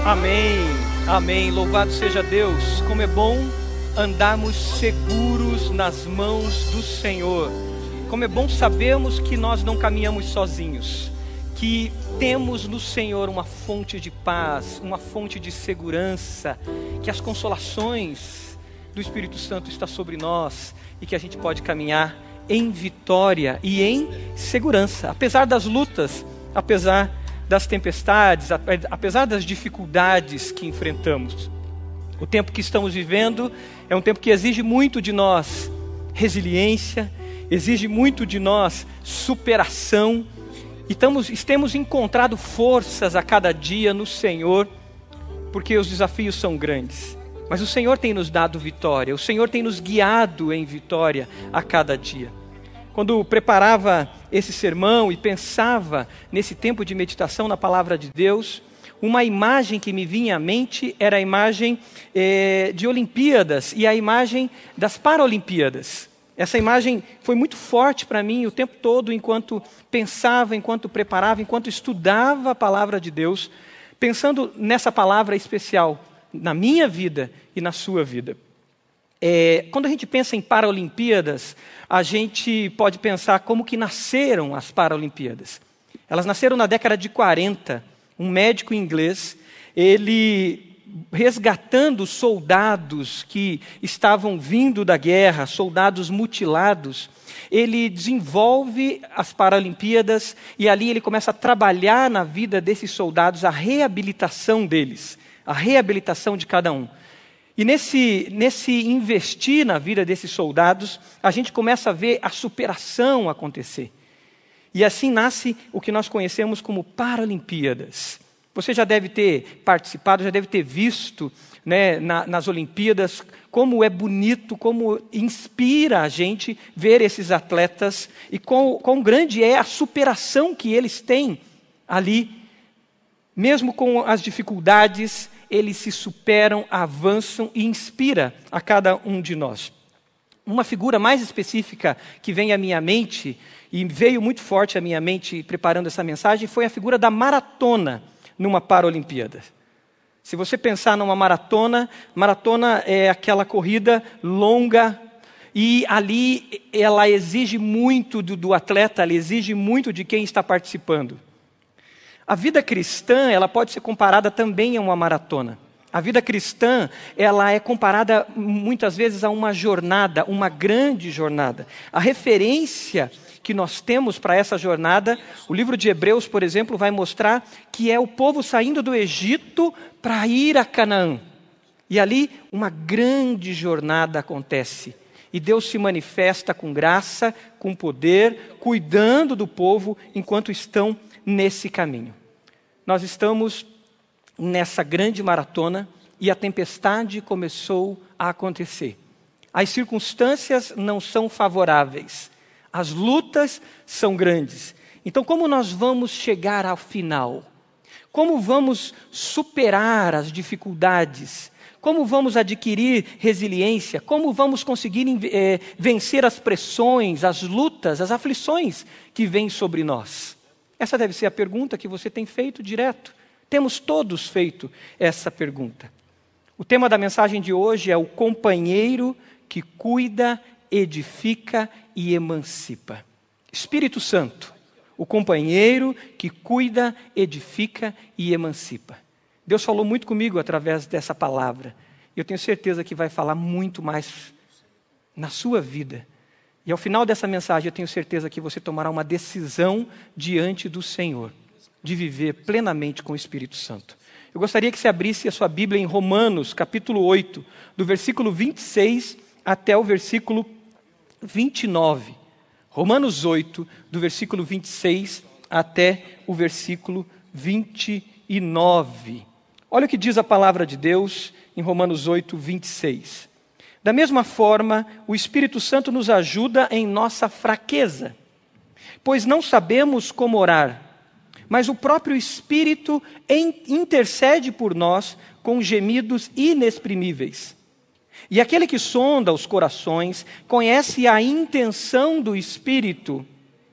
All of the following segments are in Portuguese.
Amém, amém. Louvado seja Deus. Como é bom andarmos seguros nas mãos do Senhor. Como é bom sabermos que nós não caminhamos sozinhos, que temos no Senhor uma fonte de paz, uma fonte de segurança, que as consolações do Espírito Santo estão sobre nós e que a gente pode caminhar em vitória e em segurança, apesar das lutas, apesar das tempestades, apesar das dificuldades que enfrentamos. O tempo que estamos vivendo é um tempo que exige muito de nós resiliência, exige muito de nós superação, e temos encontrado forças a cada dia no Senhor, porque os desafios são grandes. Mas o Senhor tem nos dado vitória, o Senhor tem nos guiado em vitória a cada dia. Quando preparava esse sermão e pensava nesse tempo de meditação na Palavra de Deus, uma imagem que me vinha à mente era a imagem de Olimpíadas e a imagem das Paralimpíadas. Essa imagem foi muito forte para mim o tempo todo, enquanto pensava, enquanto preparava, enquanto estudava a Palavra de Deus, pensando nessa palavra especial na minha vida e na sua vida. Quando a gente pensa em Paralimpíadas, a gente pode pensar como que nasceram as Paralimpíadas. Elas nasceram na década de 40, um médico inglês, ele resgatando soldados que estavam vindo da guerra, soldados mutilados, ele desenvolve as Paralimpíadas e ali ele começa a trabalhar na vida desses soldados, a reabilitação deles, a reabilitação de cada um. E nesse investir na vida desses soldados, a gente começa a ver a superação acontecer. E assim nasce o que nós conhecemos como Paralimpíadas. Você já deve ter participado, já deve ter visto, né, nas Olimpíadas, como é bonito, como inspira a gente ver esses atletas e quão grande é a superação que eles têm ali. Mesmo com as dificuldades, eles se superam, avançam e inspira a cada um de nós. Uma figura mais específica que vem à minha mente, e veio muito forte à minha mente preparando essa mensagem, foi a figura da maratona numa Paralimpíada. Se você pensar numa maratona é aquela corrida longa, e ali ela exige muito do atleta, ela exige muito de quem está participando. A vida cristã, ela pode ser comparada também a uma maratona. A vida cristã, ela é comparada muitas vezes a uma jornada, uma grande jornada. A referência que nós temos para essa jornada, o livro de Hebreus, por exemplo, vai mostrar que é o povo saindo do Egito para ir a Canaã. E ali uma grande jornada acontece. E Deus se manifesta com graça, com poder, cuidando do povo enquanto estão nesse caminho. Nós estamos nessa grande maratona e a tempestade começou a acontecer. As circunstâncias não são favoráveis. As lutas são grandes. Então, como nós vamos chegar ao final? Como vamos superar as dificuldades? Como vamos adquirir resiliência? Como vamos conseguir vencer as pressões, as lutas, as aflições que vêm sobre nós? Essa deve ser a pergunta que você tem feito direto. Temos todos feito essa pergunta. O tema da mensagem de hoje é o companheiro que cuida, edifica e emancipa. Espírito Santo, o companheiro que cuida, edifica e emancipa. Deus falou muito comigo através dessa palavra. E eu tenho certeza que vai falar muito mais na sua vida. E ao final dessa mensagem eu tenho certeza que você tomará uma decisão diante do Senhor, de viver plenamente com o Espírito Santo. Eu gostaria que você abrisse a sua Bíblia em Romanos, capítulo 8, do versículo 26 até o versículo 29. Romanos 8, do versículo 26 até o versículo 29. Olha o que diz a palavra de Deus em Romanos 8, 26. Da mesma forma, o Espírito Santo nos ajuda em nossa fraqueza, pois não sabemos como orar, mas o próprio Espírito intercede por nós com gemidos inexprimíveis. E aquele que sonda os corações conhece a intenção do Espírito,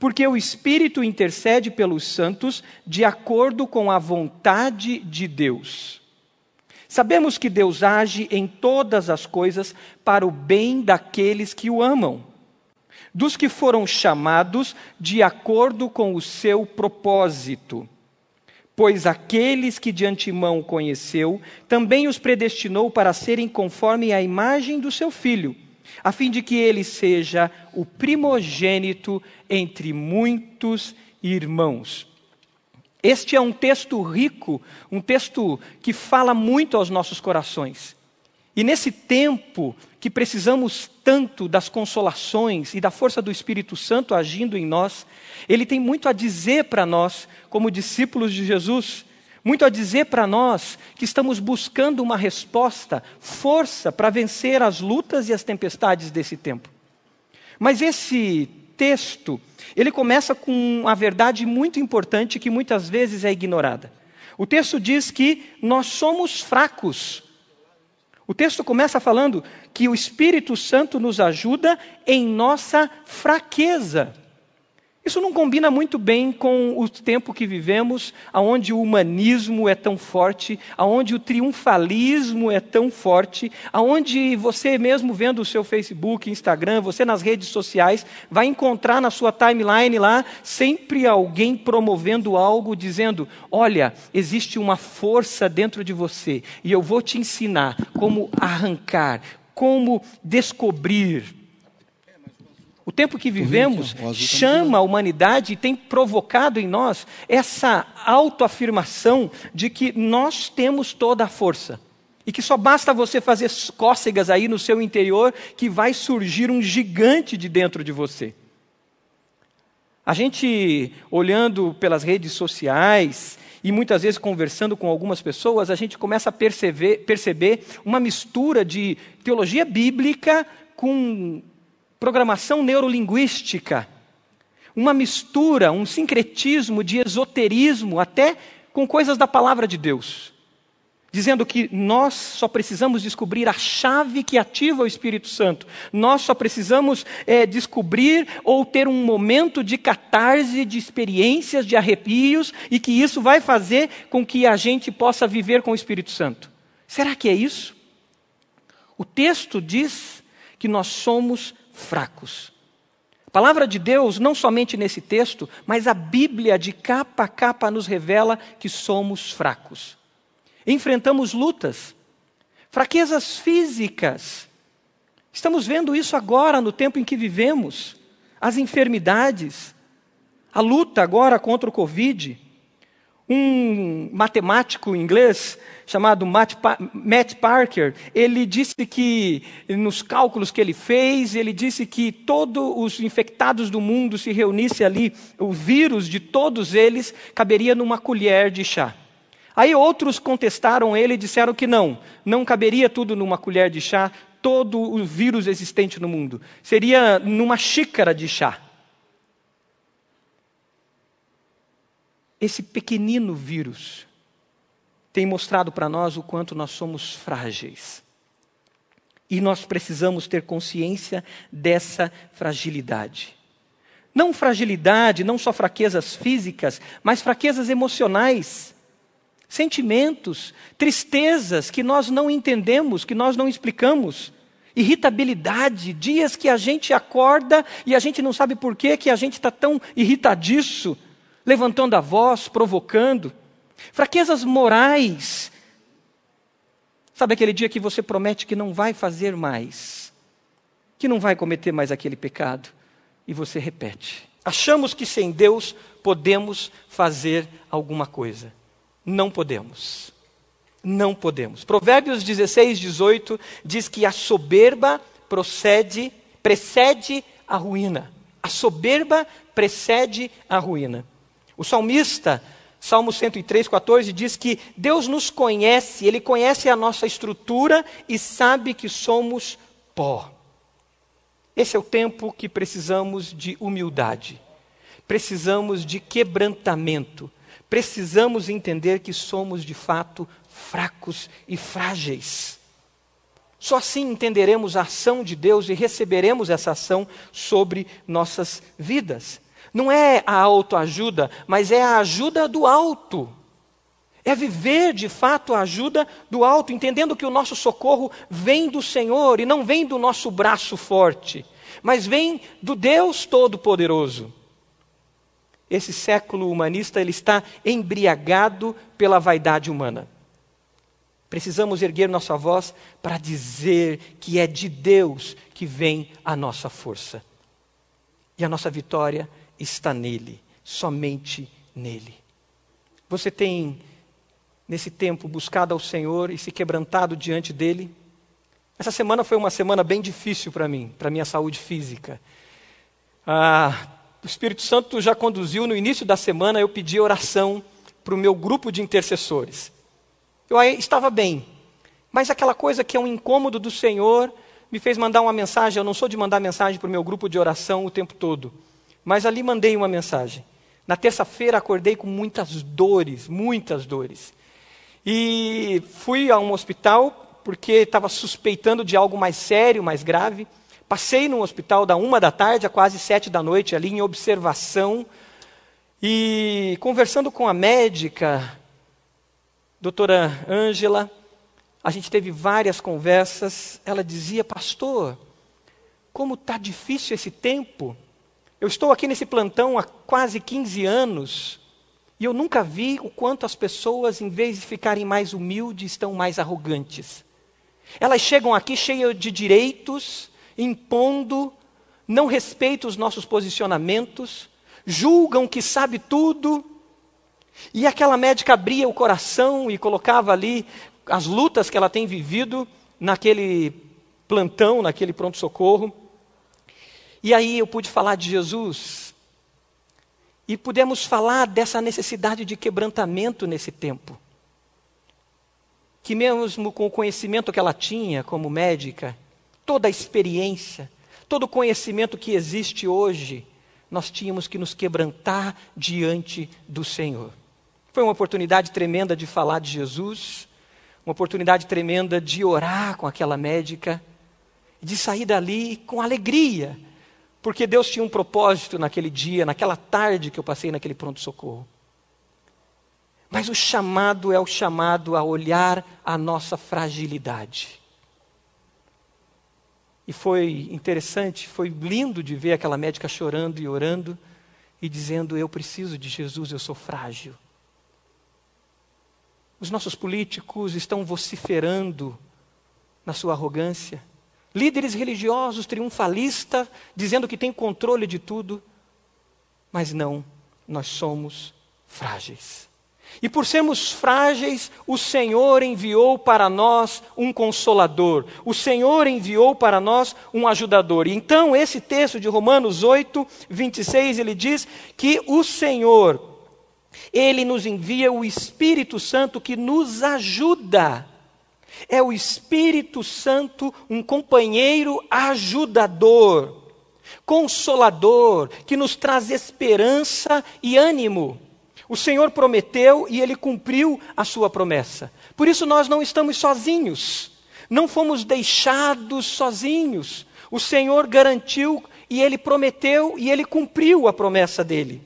porque o Espírito intercede pelos santos de acordo com a vontade de Deus. Sabemos que Deus age em todas as coisas para o bem daqueles que o amam, dos que foram chamados de acordo com o seu propósito. Pois aqueles que de antemão conheceu, também os predestinou para serem conforme a imagem do seu Filho, a fim de que ele seja o primogênito entre muitos irmãos. Este é um texto rico, um texto que fala muito aos nossos corações. E nesse tempo que precisamos tanto das consolações e da força do Espírito Santo agindo em nós, ele tem muito a dizer para nós, como discípulos de Jesus, muito a dizer para nós que estamos buscando uma resposta, força para vencer as lutas e as tempestades desse tempo. Mas esse texto, ele começa com uma verdade muito importante que muitas vezes é ignorada. O texto diz que nós somos fracos. O texto começa falando que o Espírito Santo nos ajuda em nossa fraqueza. Isso não combina muito bem com o tempo que vivemos, onde o humanismo é tão forte, onde o triunfalismo é tão forte, onde você mesmo vendo o seu Facebook, Instagram, você nas redes sociais, vai encontrar na sua timeline lá sempre alguém promovendo algo, dizendo, olha, existe uma força dentro de você e eu vou te ensinar como arrancar, como descobrir. O tempo que vivemos chama a humanidade e tem provocado em nós essa autoafirmação de que nós temos toda a força. E que só basta você fazer cócegas aí no seu interior que vai surgir um gigante de dentro de você. A gente, olhando pelas redes sociais e muitas vezes conversando com algumas pessoas, a gente começa a perceber uma mistura de teologia bíblica com programação neurolinguística, uma mistura, um sincretismo de esoterismo, até com coisas da palavra de Deus, dizendo que nós só precisamos descobrir a chave que ativa o Espírito Santo, nós só precisamos descobrir ou ter um momento de catarse, de experiências, de arrepios, e que isso vai fazer com que a gente possa viver com o Espírito Santo. Será que é isso? O texto diz que nós somos fracos. A palavra de Deus, não somente nesse texto, mas a Bíblia de capa a capa nos revela que somos fracos. Enfrentamos lutas, fraquezas físicas. Estamos vendo isso agora no tempo em que vivemos. As enfermidades, a luta agora contra o Covid. Um matemático inglês chamado Matt Parker, ele disse que, nos cálculos que ele fez, ele disse que todos os infectados do mundo se reunisse ali, o vírus de todos eles caberia numa colher de chá. Aí outros contestaram ele e disseram que não caberia tudo numa colher de chá, todo o vírus existente no mundo. Seria numa xícara de chá. Esse pequenino vírus tem mostrado para nós o quanto nós somos frágeis. E nós precisamos ter consciência dessa fragilidade. Não fragilidade, não só fraquezas físicas, mas fraquezas emocionais, sentimentos, tristezas que nós não entendemos, que nós não explicamos. Irritabilidade, dias que a gente acorda e a gente não sabe por que a gente está tão irritadiço, levantando a voz, provocando. Fraquezas morais. Sabe aquele dia que você promete que não vai fazer mais, que não vai cometer mais aquele pecado, e você repete. Achamos que sem Deus podemos fazer alguma coisa. Não podemos. Não podemos. Provérbios 16:18 diz que a soberba precede a ruína. A soberba precede a ruína. O salmista, Salmo 103:14, diz que Deus nos conhece, Ele conhece a nossa estrutura e sabe que somos pó. Esse é o tempo que precisamos de humildade, precisamos de quebrantamento, precisamos entender que somos de fato fracos e frágeis. Só assim entenderemos a ação de Deus e receberemos essa ação sobre nossas vidas. Não é a autoajuda, mas é a ajuda do alto. É viver de fato a ajuda do alto, entendendo que o nosso socorro vem do Senhor e não vem do nosso braço forte, mas vem do Deus Todo-Poderoso. Esse século humanista ele está embriagado pela vaidade humana. Precisamos erguer nossa voz para dizer que é de Deus que vem a nossa força. E a nossa vitória está nele, somente nele. Você tem, nesse tempo, buscado ao Senhor e se quebrantado diante dele? Essa semana foi uma semana bem difícil para mim, para a minha saúde física. O Espírito Santo já conduziu, no início da semana, eu pedi oração para o meu grupo de intercessores. Eu aí estava bem, mas aquela coisa que é um incômodo do Senhor me fez mandar uma mensagem. Eu não sou de mandar mensagem para o meu grupo de oração o tempo todo, mas ali mandei uma mensagem. Na terça-feira acordei com muitas dores. E fui a um hospital porque estava suspeitando de algo mais sério, mais grave. Passei no hospital da 13h a quase 19h, ali em observação. E conversando com a médica, doutora Ângela, a gente teve várias conversas. Ela dizia: pastor, como está difícil esse tempo. Eu estou aqui nesse plantão há quase 15 anos e eu nunca vi o quanto as pessoas, em vez de ficarem mais humildes, estão mais arrogantes. Elas chegam aqui cheias de direitos, impondo, não respeitam os nossos posicionamentos, julgam que sabe tudo. E aquela médica abria o coração e colocava ali as lutas que ela tem vivido naquele plantão, naquele pronto-socorro. E aí eu pude falar de Jesus. E pudemos falar dessa necessidade de quebrantamento nesse tempo. Que mesmo com o conhecimento que ela tinha como médica, toda a experiência, todo o conhecimento que existe hoje, nós tínhamos que nos quebrantar diante do Senhor. Foi uma oportunidade tremenda de falar de Jesus, uma oportunidade tremenda de orar com aquela médica, de sair dali com alegria, porque Deus tinha um propósito naquele dia, naquela tarde que eu passei naquele pronto-socorro. Mas o chamado é o chamado a olhar a nossa fragilidade. E foi interessante, foi lindo de ver aquela médica chorando e orando e dizendo: eu preciso de Jesus, eu sou frágil. Os nossos políticos estão vociferando na sua arrogância. Líderes religiosos triunfalistas, dizendo que tem controle de tudo. Mas não, nós somos frágeis. E por sermos frágeis, o Senhor enviou para nós um consolador. O Senhor enviou para nós um ajudador. E então esse texto de Romanos 8, 26, ele diz que o Senhor, Ele nos envia o Espírito Santo que nos ajuda. É o Espírito Santo, um companheiro ajudador, consolador, que nos traz esperança e ânimo. O Senhor prometeu e Ele cumpriu a sua promessa. Por isso nós não estamos sozinhos, não fomos deixados sozinhos. O Senhor garantiu e Ele prometeu e Ele cumpriu a promessa dEle.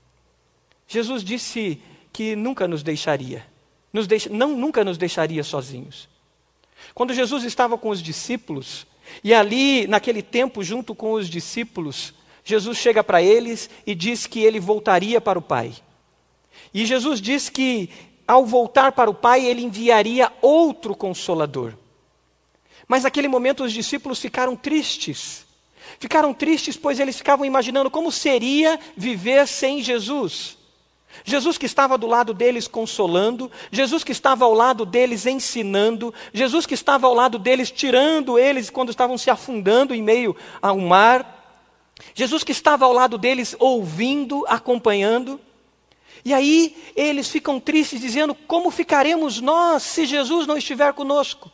Jesus disse que nunca nos deixaria, nunca nos deixaria sozinhos. Quando Jesus estava com os discípulos, e ali, naquele tempo, junto com os discípulos, Jesus chega para eles e diz que Ele voltaria para o Pai. E Jesus diz que, ao voltar para o Pai, Ele enviaria outro Consolador. Mas naquele momento os discípulos ficaram tristes. Ficaram tristes, pois eles ficavam imaginando como seria viver sem Jesus. Jesus que estava do lado deles consolando, Jesus que estava ao lado deles ensinando, Jesus que estava ao lado deles tirando eles quando estavam se afundando em meio ao mar, Jesus que estava ao lado deles ouvindo, acompanhando. E aí eles ficam tristes dizendo: como ficaremos nós se Jesus não estiver conosco?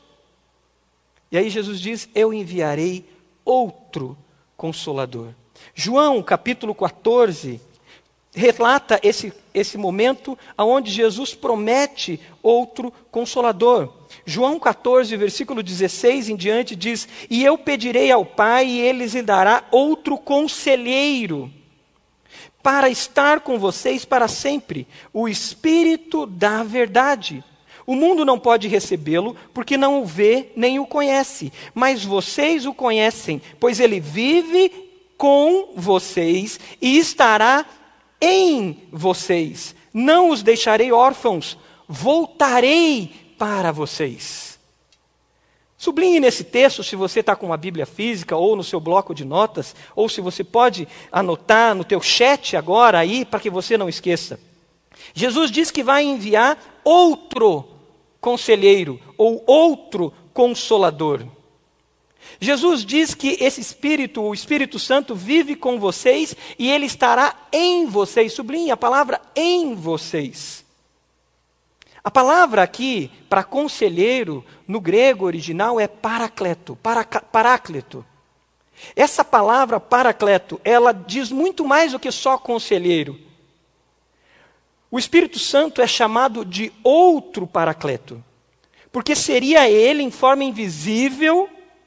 E aí Jesus diz: eu enviarei outro Consolador. João capítulo 14 relata esse momento onde Jesus promete outro Consolador. João 14, versículo 16 em diante diz: e eu pedirei ao Pai e Ele lhe dará outro Conselheiro, para estar com vocês para sempre, o Espírito da verdade. O mundo não pode recebê-lo, porque não o vê nem o conhece. Mas vocês o conhecem, pois ele vive com vocês e estará em vocês. Não os deixarei órfãos, voltarei para vocês. Sublinhe nesse texto, se você está com uma Bíblia física ou no seu bloco de notas, ou se você pode anotar no teu chat agora aí, para que você não esqueça. Jesus diz que vai enviar outro conselheiro ou outro consolador. Jesus diz que esse Espírito, o Espírito Santo, vive com vocês e ele estará em vocês. Sublinhe a palavra em vocês. A palavra aqui, para conselheiro, no grego original é paráclito. Essa palavra paráclito, ela diz muito mais do que só conselheiro. O Espírito Santo é chamado de outro paracleto, porque seria ele em forma invisível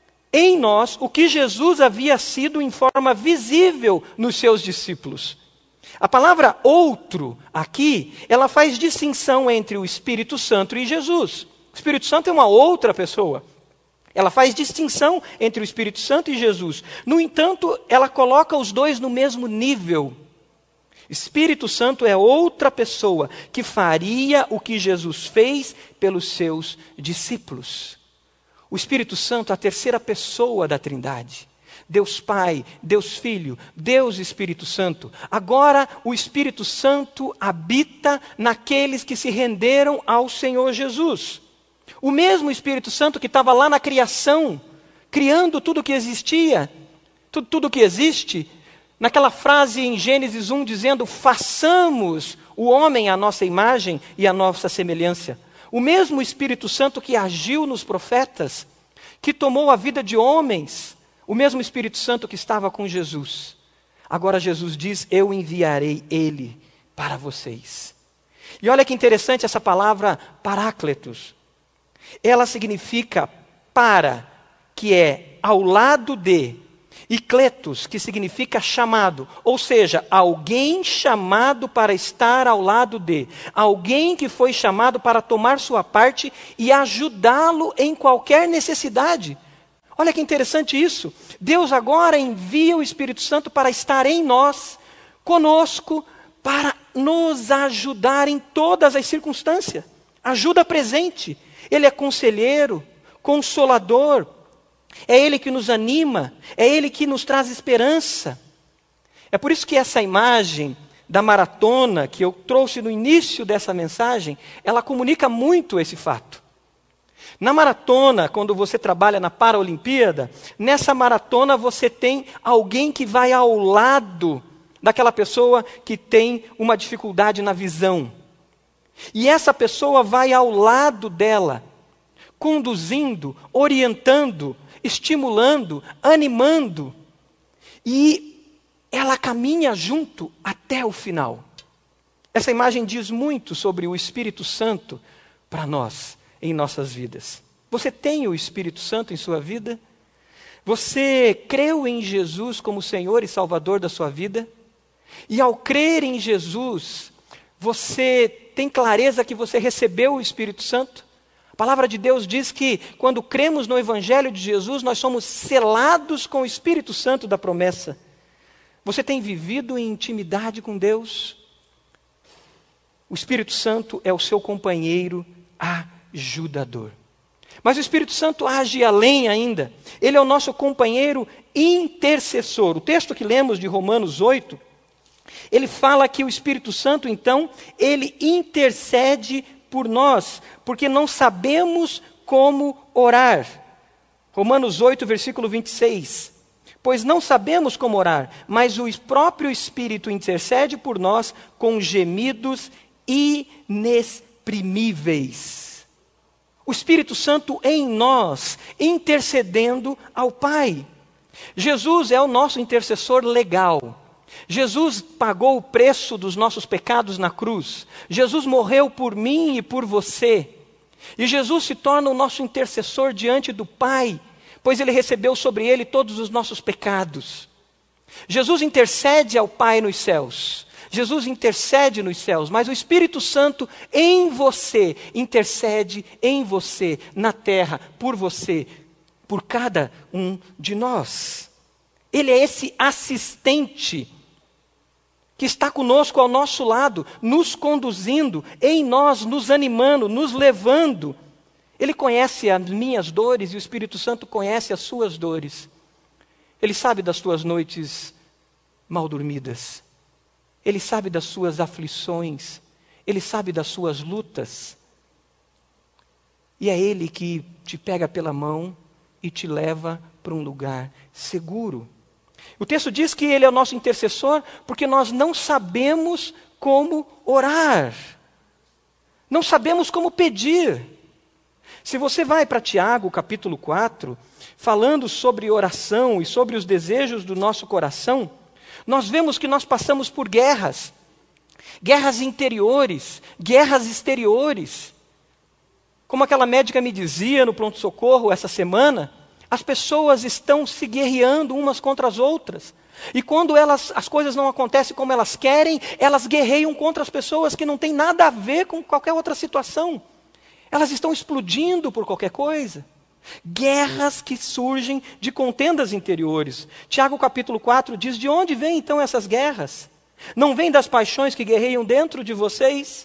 em nós o que Jesus havia sido em forma visível nos seus discípulos. A palavra outro aqui, ela faz distinção entre o Espírito Santo e Jesus. O Espírito Santo é uma outra pessoa. Ela faz distinção entre o Espírito Santo e Jesus. No entanto, ela coloca os dois no mesmo nível. Espírito Santo é outra pessoa que faria o que Jesus fez pelos seus discípulos. O Espírito Santo é a terceira pessoa da Trindade. Deus Pai, Deus Filho, Deus Espírito Santo. Agora o Espírito Santo habita naqueles que se renderam ao Senhor Jesus. O mesmo Espírito Santo que estava lá na criação, criando tudo que existia, tudo que existe. Naquela frase em Gênesis 1 dizendo, façamos o homem à nossa imagem e à nossa semelhança. O mesmo Espírito Santo que agiu nos profetas, que tomou a vida de homens, o mesmo Espírito Santo que estava com Jesus. Agora Jesus diz, eu enviarei ele para vocês. E olha que interessante essa palavra parácletos. Ela significa para, que é ao lado de, e kletos, que significa chamado, ou seja, alguém chamado para estar ao lado de, alguém que foi chamado para tomar sua parte e ajudá-lo em qualquer necessidade. Olha que interessante isso. Deus agora envia o Espírito Santo para estar em nós, conosco, para nos ajudar em todas as circunstâncias. Ajuda presente. Ele é conselheiro, consolador. É Ele que nos anima, é Ele que nos traz esperança. É por isso que essa imagem da maratona que eu trouxe no início dessa mensagem, ela comunica muito esse fato. Na maratona, quando você trabalha na Paralimpíada, nessa maratona você tem alguém que vai ao lado daquela pessoa que tem uma dificuldade na visão. E essa pessoa vai ao lado dela, conduzindo, orientando, estimulando, animando, e ela caminha junto até o final. Essa imagem diz muito sobre o Espírito Santo para nós, em nossas vidas. Você tem o Espírito Santo em sua vida? Você creu em Jesus como Senhor e Salvador da sua vida? E ao crer em Jesus, você tem clareza que você recebeu o Espírito Santo? A palavra de Deus diz que quando cremos no Evangelho de Jesus, nós somos selados com o Espírito Santo da promessa. Você tem vivido em intimidade com Deus? O Espírito Santo é o seu companheiro ajudador. Mas o Espírito Santo age além ainda. Ele é o nosso companheiro intercessor. O texto que lemos de Romanos 8, ele fala que o Espírito Santo, então, ele intercede por nós, porque não sabemos como orar. Romanos 8, versículo 26. Pois não sabemos como orar, mas o próprio Espírito intercede por nós com gemidos inexprimíveis. O Espírito Santo em nós, intercedendo ao Pai. Jesus é o nosso intercessor legal. Jesus pagou o preço dos nossos pecados na cruz. Jesus morreu por mim e por você. E Jesus se torna o nosso intercessor diante do Pai, pois Ele recebeu sobre Ele todos os nossos pecados. Jesus intercede ao Pai nos céus. Jesus intercede nos céus, mas o Espírito Santo em você intercede em você, na terra, por você, por cada um de nós. Ele é esse assistente que está conosco ao nosso lado, nos conduzindo, em nós, nos animando, nos levando. Ele conhece as minhas dores e o Espírito Santo conhece as suas dores. Ele sabe das tuas noites mal dormidas. Ele sabe das suas aflições. Ele sabe das suas lutas. E é Ele que te pega pela mão e te leva para um lugar seguro. O texto diz que Ele é o nosso intercessor porque nós não sabemos como orar. Não sabemos como pedir. Se você vai para Tiago, capítulo 4, falando sobre oração e sobre os desejos do nosso coração, nós vemos que nós passamos por guerras. Guerras interiores, guerras exteriores. Como aquela médica me dizia no pronto-socorro essa semana, as pessoas estão se guerreando umas contra as outras. E quando as coisas não acontecem como elas querem, elas guerreiam contra as pessoas que não têm nada a ver com qualquer outra situação. Elas estão explodindo por qualquer coisa. Guerras que surgem de contendas interiores. Tiago capítulo 4 diz, de onde vêm então essas guerras? Não vêm das paixões que guerreiam dentro de vocês?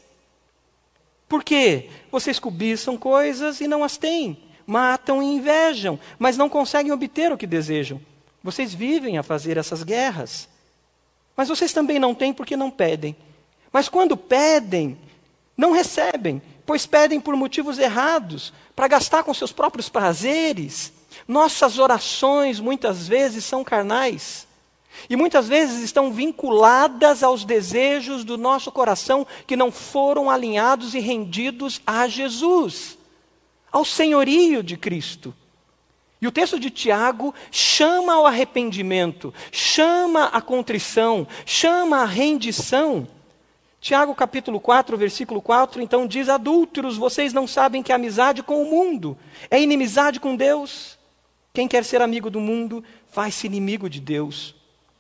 Por quê? Vocês cobiçam coisas e não as têm. Matam e invejam, mas não conseguem obter o que desejam. Vocês vivem a fazer essas guerras. Mas vocês também não têm porque não pedem. Mas quando pedem, não recebem, pois pedem por motivos errados, para gastar com seus próprios prazeres. Nossas orações muitas vezes são carnais. E muitas vezes estão vinculadas aos desejos do nosso coração que não foram alinhados e rendidos a Jesus, ao senhorio de Cristo. E o texto de Tiago chama ao arrependimento, chama a contrição, chama a rendição. Tiago capítulo 4, versículo 4, então diz, adúlteros, vocês não sabem que a amizade com o mundo é inimizade com Deus? Quem quer ser amigo do mundo, faz-se inimigo de Deus.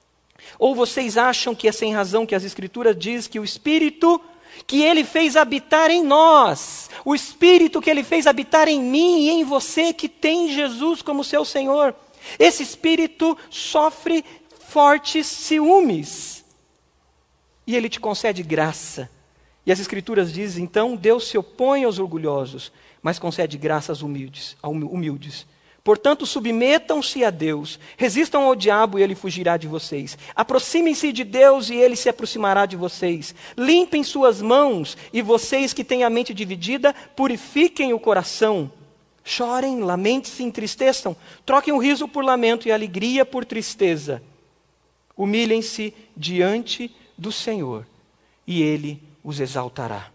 Ou vocês acham que é sem razão que as Escrituras diz que o Espírito que Ele fez habitar em nós, o Espírito que Ele fez habitar em mim e em você que tem Jesus como seu Senhor, esse Espírito sofre fortes ciúmes. E Ele te concede graça. E as Escrituras dizem, então, Deus se opõe aos orgulhosos, mas concede graça aos humildes. Portanto, submetam-se a Deus, resistam ao diabo e ele fugirá de vocês. Aproximem-se de Deus e ele se aproximará de vocês. Limpem suas mãos e vocês que têm a mente dividida, purifiquem o coração. Chorem, lamentem-se, entristeçam. Troquem o riso por lamento e a alegria por tristeza. Humilhem-se diante do Senhor e Ele os exaltará.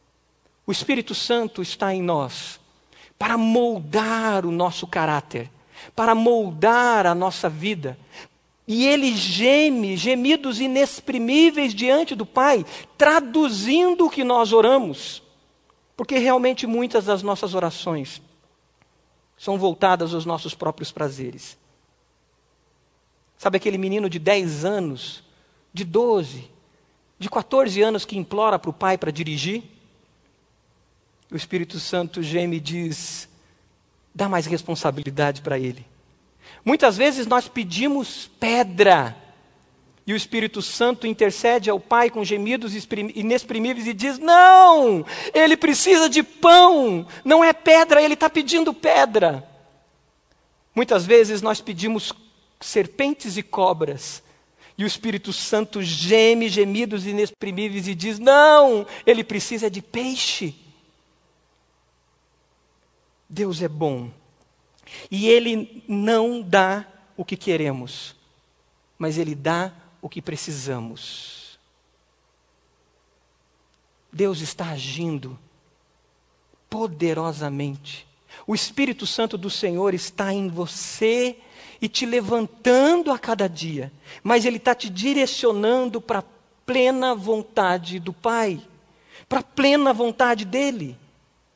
O Espírito Santo está em nós para moldar o nosso caráter, para moldar a nossa vida. E Ele geme, gemidos inexprimíveis diante do Pai, traduzindo o que nós oramos. Porque realmente muitas das nossas orações são voltadas aos nossos próprios prazeres. Sabe aquele menino de 10 anos, de 12, de 14 anos que implora para o pai para dirigir? O Espírito Santo geme e diz, dá mais responsabilidade para ele. Muitas vezes nós pedimos pedra, e o Espírito Santo intercede ao Pai com gemidos inexprimíveis e diz, não, ele precisa de pão, não é pedra, ele está pedindo pedra. Muitas vezes nós pedimos serpentes e cobras, e o Espírito Santo geme gemidos inexprimíveis e diz, não, ele precisa de peixe. Deus é bom, e Ele não dá o que queremos, mas Ele dá o que precisamos. Deus está agindo poderosamente. O Espírito Santo do Senhor está em você e te levantando a cada dia, mas Ele está te direcionando para a plena vontade do Pai, para a plena vontade dEle.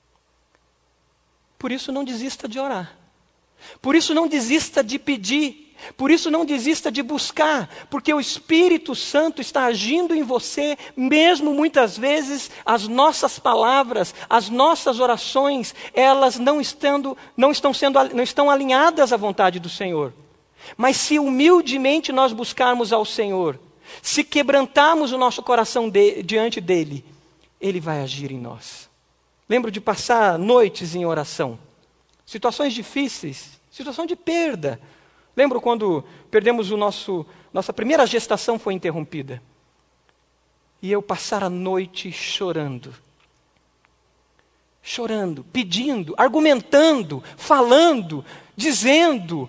Por isso não desista de orar. Por isso não desista de pedir. Por isso não desista de buscar, porque o Espírito Santo está agindo em você, mesmo muitas vezes as nossas palavras, as nossas orações, elas não estão alinhadas à vontade do Senhor. Mas se humildemente nós buscarmos ao Senhor, se quebrantarmos o nosso coração diante dEle, Ele vai agir em nós. Lembro de passar noites em oração, situações difíceis, situação de perda. Lembro quando perdemos nossa primeira gestação foi interrompida. E eu passar a noite chorando, pedindo, argumentando, falando, dizendo,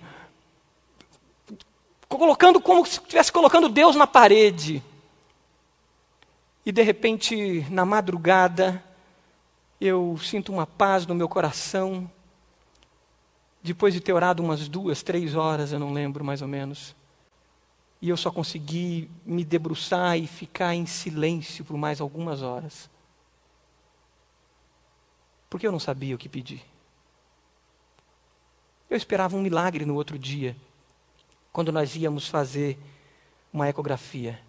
colocando como se estivesse colocando Deus na parede. E de repente, na madrugada, eu sinto uma paz no meu coração. Depois de ter orado umas 2, 3 horas, eu não lembro mais ou menos. E eu só consegui me debruçar e ficar em silêncio por mais algumas horas. Porque eu não sabia o que pedir. Eu esperava um milagre no outro dia, quando nós íamos fazer uma ecografia.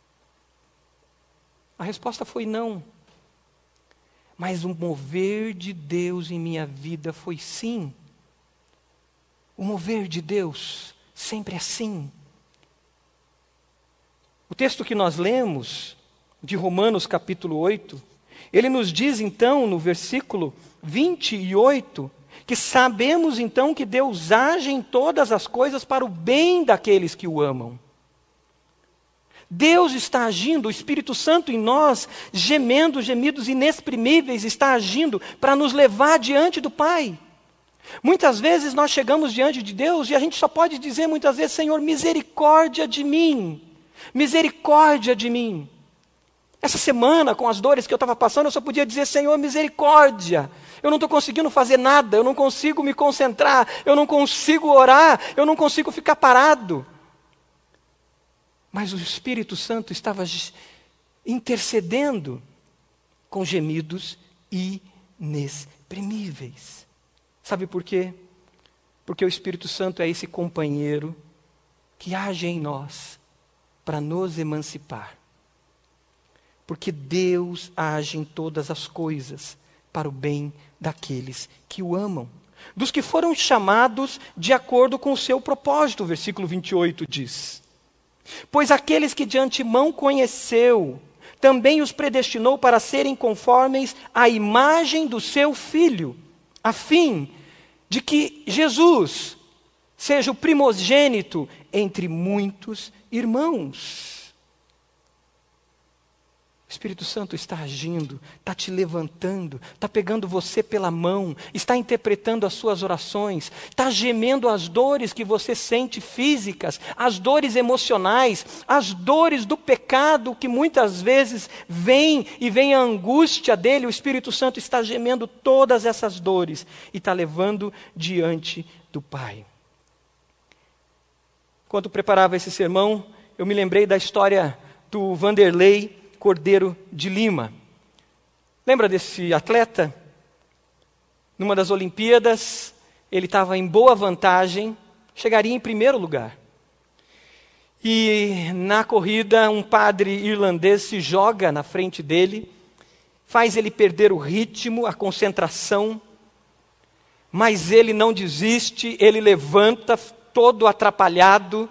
A resposta foi não. Mas o mover de Deus em minha vida foi sim. O mover de Deus sempre é sim. O texto que nós lemos, de Romanos capítulo 8, ele nos diz então, no versículo 28, que sabemos então que Deus age em todas as coisas para o bem daqueles que o amam. Deus está agindo, o Espírito Santo em nós, gemendo gemidos inexprimíveis, está agindo para nos levar diante do Pai. Muitas vezes nós chegamos diante de Deus e a gente só pode dizer muitas vezes, Senhor, misericórdia de mim, misericórdia de mim. Essa semana, com as dores que eu estava passando, eu só podia dizer, Senhor, misericórdia. Eu não estou conseguindo fazer nada, eu não consigo me concentrar, eu não consigo orar, eu não consigo ficar parado. Mas o Espírito Santo estava intercedendo com gemidos inexprimíveis. Sabe por quê? Porque o Espírito Santo é esse companheiro que age em nós para nos emancipar. Porque Deus age em todas as coisas para o bem daqueles que o amam, dos que foram chamados de acordo com o seu propósito, o versículo 28 diz. Pois aqueles que de antemão conheceu, também os predestinou para serem conformes à imagem do seu Filho, a fim de que Jesus seja o primogênito entre muitos irmãos. O Espírito Santo está agindo, está te levantando, está pegando você pela mão, está interpretando as suas orações, está gemendo as dores que você sente físicas, as dores emocionais, as dores do pecado que muitas vezes vem a angústia dele. O Espírito Santo está gemendo todas essas dores e está levando diante do Pai. Enquanto preparava esse sermão, eu me lembrei da história do Vanderlei Cordeiro de Lima. Lembra desse atleta? Numa das Olimpíadas, ele estava em boa vantagem, chegaria em primeiro lugar. E na corrida, um padre irlandês se joga na frente dele, faz ele perder o ritmo, a concentração, mas ele não desiste, ele levanta todo atrapalhado,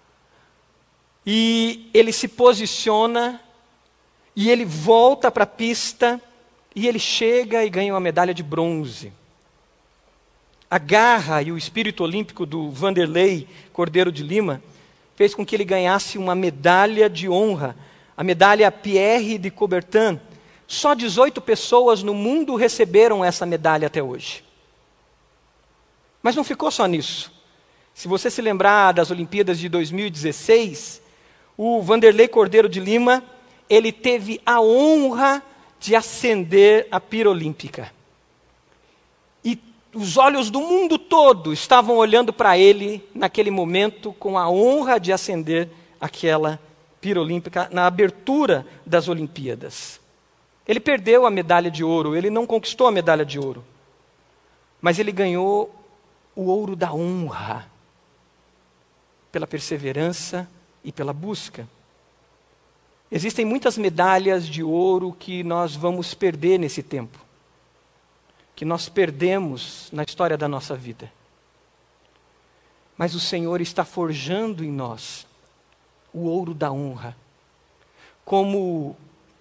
e ele se posiciona, e ele volta para a pista, e ele chega e ganha uma medalha de bronze. A garra e o espírito olímpico do Vanderlei Cordeiro de Lima fez com que ele ganhasse uma medalha de honra, a medalha Pierre de Coubertin. Só 18 pessoas no mundo receberam essa medalha até hoje. Mas não ficou só nisso. Se você se lembrar das Olimpíadas de 2016, o Vanderlei Cordeiro de Lima, ele teve a honra de acender a pira olímpica. E os olhos do mundo todo estavam olhando para ele naquele momento com a honra de acender aquela pira olímpica na abertura das Olimpíadas. Ele perdeu a medalha de ouro, ele não conquistou a medalha de ouro. Mas ele ganhou o ouro da honra. pela perseverança e pela busca. Existem muitas medalhas de ouro que nós vamos perder nesse tempo, que nós perdemos na história da nossa vida. Mas o Senhor está forjando em nós o ouro da honra, como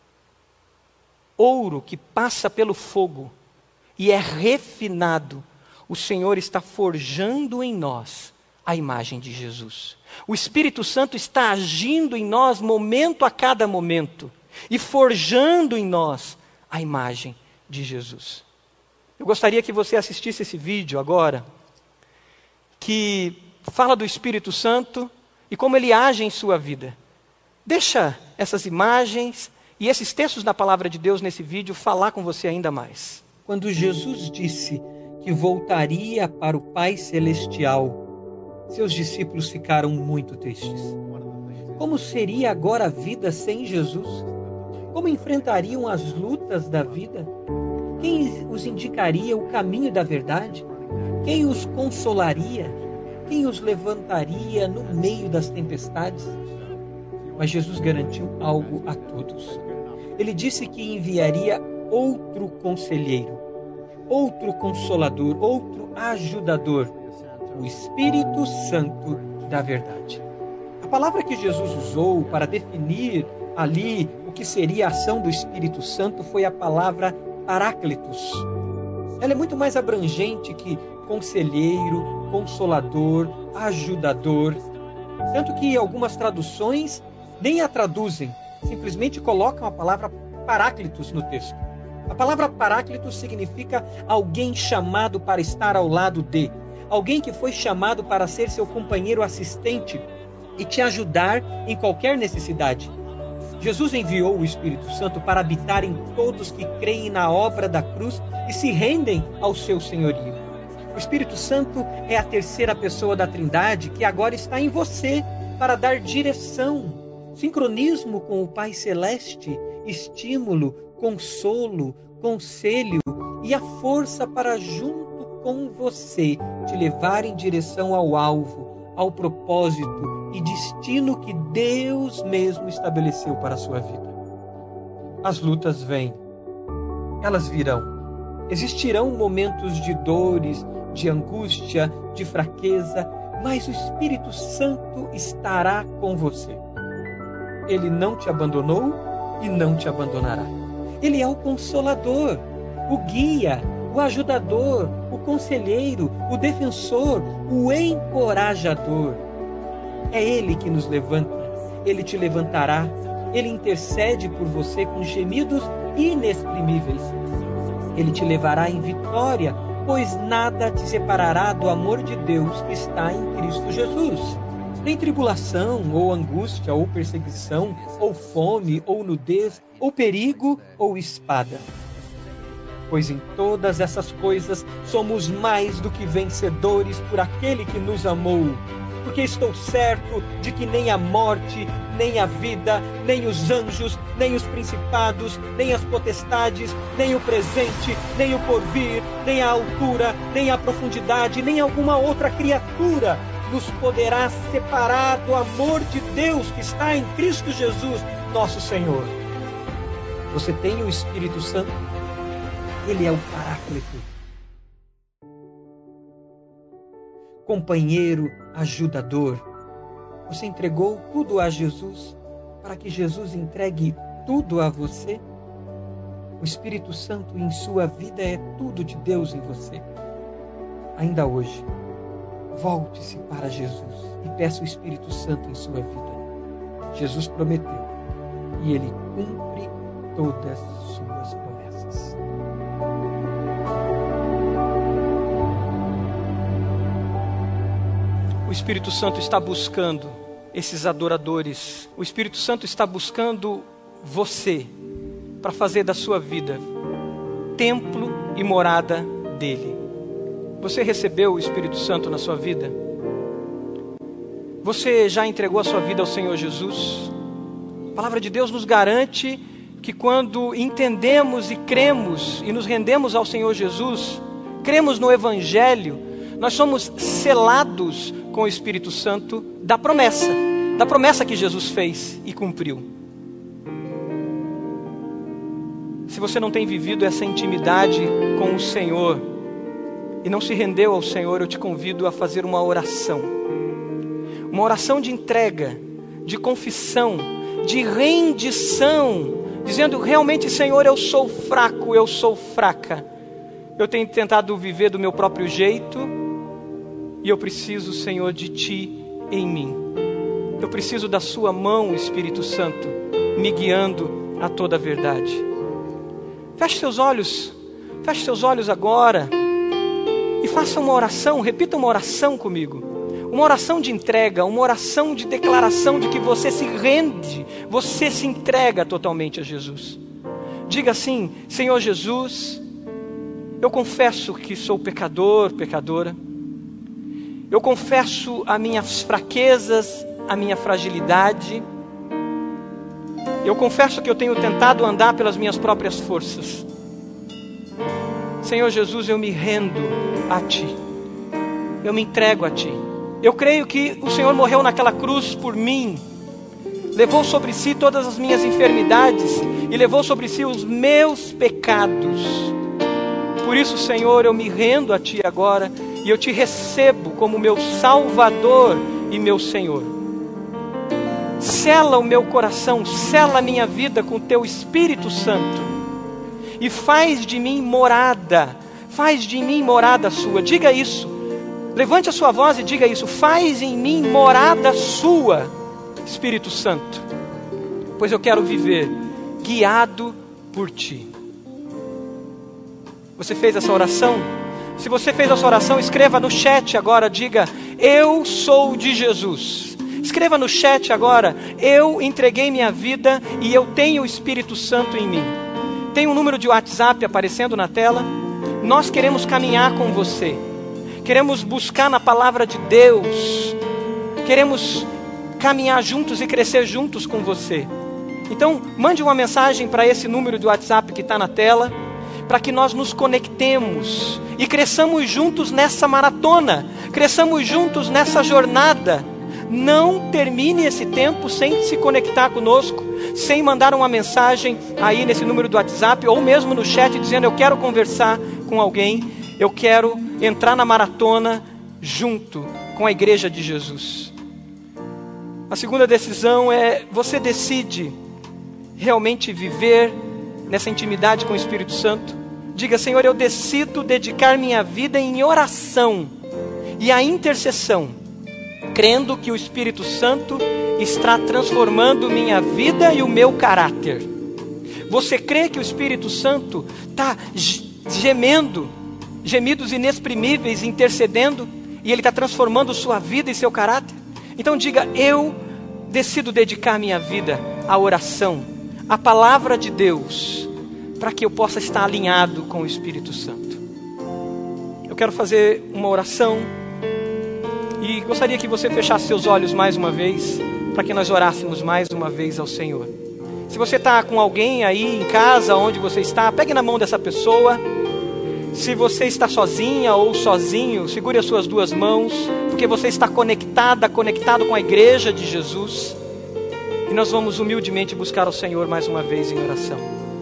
ouro que passa pelo fogo e é refinado. O Senhor está forjando em nós a imagem de Jesus. O Espírito Santo está agindo em nós momento a cada momento e forjando em nós a imagem de Jesus. Eu gostaria que você assistisse esse vídeo agora, que fala do Espírito Santo e como ele age em sua vida. Deixa essas imagens e esses textos da palavra de Deus nesse vídeo falar com você ainda mais. Quando Jesus disse que voltaria para o Pai Celestial, seus discípulos ficaram muito tristes. Como seria agora a vida sem Jesus? Como enfrentariam as lutas da vida? Quem os indicaria o caminho da verdade? Quem os consolaria? Quem os levantaria no meio das tempestades? Mas Jesus garantiu algo a todos. Ele disse que enviaria outro conselheiro, outro consolador, outro ajudador, o Espírito Santo da verdade. A palavra que Jesus usou para definir ali o que seria a ação do Espírito Santo foi a palavra Paráclitos. Ela é muito mais abrangente que conselheiro, consolador, ajudador. Tanto que algumas traduções nem a traduzem, simplesmente colocam a palavra Paráclitos no texto. A palavra Paráclitos significa alguém chamado para estar ao lado de, alguém que foi chamado para ser seu companheiro assistente e te ajudar em qualquer necessidade. Jesus enviou o Espírito Santo para habitar em todos que creem na obra da cruz e se rendem ao seu senhorio. O Espírito Santo é a terceira pessoa da Trindade que agora está em você para dar direção, sincronismo com o Pai Celeste, estímulo, consolo, conselho e a força para, junto com você, te levar em direção ao alvo, ao propósito e destino que Deus mesmo estabeleceu para a sua vida. As lutas vêm, elas virão. Existirão momentos de dores, de angústia, de fraqueza, mas o Espírito Santo estará com você. Ele não te abandonou e não te abandonará. Ele é o consolador, o guia, o ajudador, o conselheiro, o defensor, o encorajador. É Ele que nos levanta, Ele te levantará, Ele intercede por você com gemidos inexprimíveis. Ele te levará em vitória, pois nada te separará do amor de Deus que está em Cristo Jesus. Nem tribulação, ou angústia, ou perseguição, ou fome, ou nudez, ou perigo, ou espada. Pois em todas essas coisas somos mais do que vencedores por aquele que nos amou. Porque estou certo de que nem a morte, nem a vida, nem os anjos, nem os principados, nem as potestades, nem o presente, nem o porvir, nem a altura, nem a profundidade, nem alguma outra criatura nos poderá separar do amor de Deus que está em Cristo Jesus, nosso Senhor. Você tem o Espírito Santo? Ele é o Paráclito. Companheiro, ajudador. Você entregou tudo a Jesus para que Jesus entregue tudo a você? O Espírito Santo em sua vida é tudo de Deus em você. Ainda hoje, volte-se para Jesus e peça o Espírito Santo em sua vida. Jesus prometeu e Ele cumpre todas as suas promessas. O Espírito Santo está buscando esses adoradores. O Espírito Santo está buscando você para fazer da sua vida templo e morada dele. Você recebeu o Espírito Santo na sua vida? Você já entregou a sua vida ao Senhor Jesus? A palavra de Deus nos garante que quando entendemos e cremos e nos rendemos ao Senhor Jesus, cremos no Evangelho, nós somos selados com o Espírito Santo da promessa que Jesus fez e cumpriu. Se você não tem vivido essa intimidade com o Senhor e não se rendeu ao Senhor, eu te convido a fazer uma oração de entrega, de confissão, de rendição, dizendo realmente: Senhor, eu sou fraco, eu sou fraca, eu tenho tentado viver do meu próprio jeito e eu preciso, Senhor, de Ti em mim. Eu preciso da Sua mão, Espírito Santo, me guiando a toda a verdade. Feche seus olhos agora e faça uma oração, repita uma oração comigo. Uma oração de entrega, uma oração de declaração de que você se rende, você se entrega totalmente a Jesus. Diga assim: Senhor Jesus, eu confesso que sou pecador, pecadora. Eu confesso as minhas fraquezas, a minha fragilidade. Eu confesso que eu tenho tentado andar pelas minhas próprias forças. Senhor Jesus, eu me rendo a Ti. Eu me entrego a Ti. Eu creio que o Senhor morreu naquela cruz por mim. Levou sobre si todas as minhas enfermidades e levou sobre si os meus pecados. Por isso, Senhor, eu me rendo a Ti agora e eu Te recebo como meu Salvador e meu Senhor. Sela o meu coração, sela a minha vida com o Teu Espírito Santo e faz de mim morada Sua. Diga isso, levante a sua voz e diga isso: faz em mim morada Sua, Espírito Santo, pois eu quero viver guiado por Ti. Você fez essa oração? Se você fez essa oração, escreva no chat agora, diga: eu sou de Jesus. Escreva no chat agora: eu entreguei minha vida e eu tenho o Espírito Santo em mim. Tem um número de WhatsApp aparecendo na tela. Nós queremos caminhar com você. Queremos buscar na palavra de Deus. Queremos caminhar juntos e crescer juntos com você. Então, mande uma mensagem para esse número de WhatsApp que está na tela, para que nós nos conectemos e cresçamos juntos nessa maratona, cresçamos juntos nessa jornada. Não termine esse tempo sem se conectar conosco, sem mandar uma mensagem aí nesse número do WhatsApp, ou mesmo no chat dizendo: eu quero conversar com alguém, eu quero entrar na maratona junto com a igreja de Jesus. A segunda decisão é: você decide realmente viver nessa intimidade com o Espírito Santo. Diga: Senhor, eu decido dedicar minha vida em oração e a intercessão, crendo que o Espírito Santo está transformando minha vida e o meu caráter. Você crê que o Espírito Santo está gemendo, gemidos inexprimíveis, intercedendo, e Ele está transformando sua vida e seu caráter? Então diga: eu decido dedicar minha vida à oração, à palavra de Deus, para que eu possa estar alinhado com o Espírito Santo. Eu quero fazer uma oração e gostaria que você fechasse seus olhos mais uma vez, para que nós orássemos mais uma vez ao Senhor. Se você está com alguém aí em casa, onde você está, pegue na mão dessa pessoa. Se você está sozinha ou sozinho, segure as suas duas mãos, porque você está conectado com a igreja de Jesus. E nós vamos humildemente buscar o Senhor mais uma vez em oração.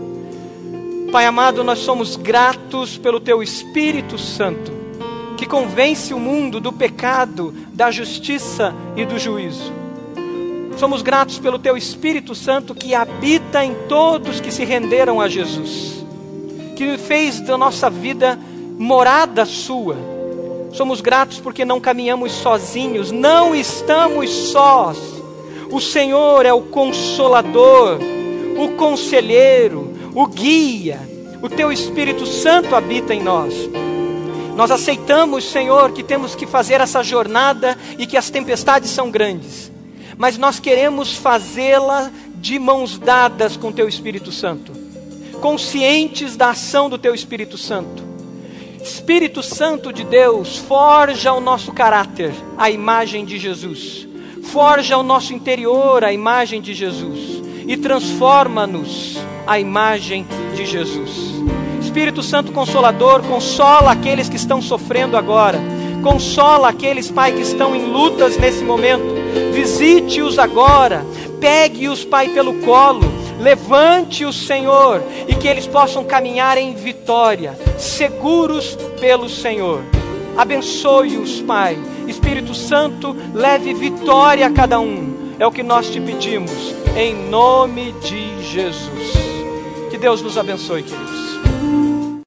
Pai amado, nós somos gratos pelo Teu Espírito Santo, que convence o mundo do pecado, da justiça e do juízo. Somos gratos pelo Teu Espírito Santo que habita em todos que se renderam a Jesus, que fez da nossa vida morada Sua. Somos gratos porque não caminhamos sozinhos, não estamos sós. O Senhor é o Consolador, o Conselheiro, o Guia. O Teu Espírito Santo habita em nós. Nós aceitamos, Senhor, que temos que fazer essa jornada e que as tempestades são grandes, mas nós queremos fazê-la de mãos dadas com Teu Espírito Santo, conscientes da ação do Teu Espírito Santo. Espírito Santo de Deus, forja o nosso caráter, a imagem de Jesus. Forja o nosso interior, a imagem de Jesus, e transforma-nos a imagem de Jesus. Espírito Santo Consolador, consola aqueles que estão sofrendo agora. Consola aqueles, Pai, que estão em lutas nesse momento. Visite-os agora, pegue-os, Pai, pelo colo, levante-os, Senhor, e que eles possam caminhar em vitória, seguros pelo Senhor. Abençoe-os, Pai. Espírito Santo, leve vitória a cada um. É o que nós te pedimos, em nome de Jesus. Que Deus nos abençoe, queridos.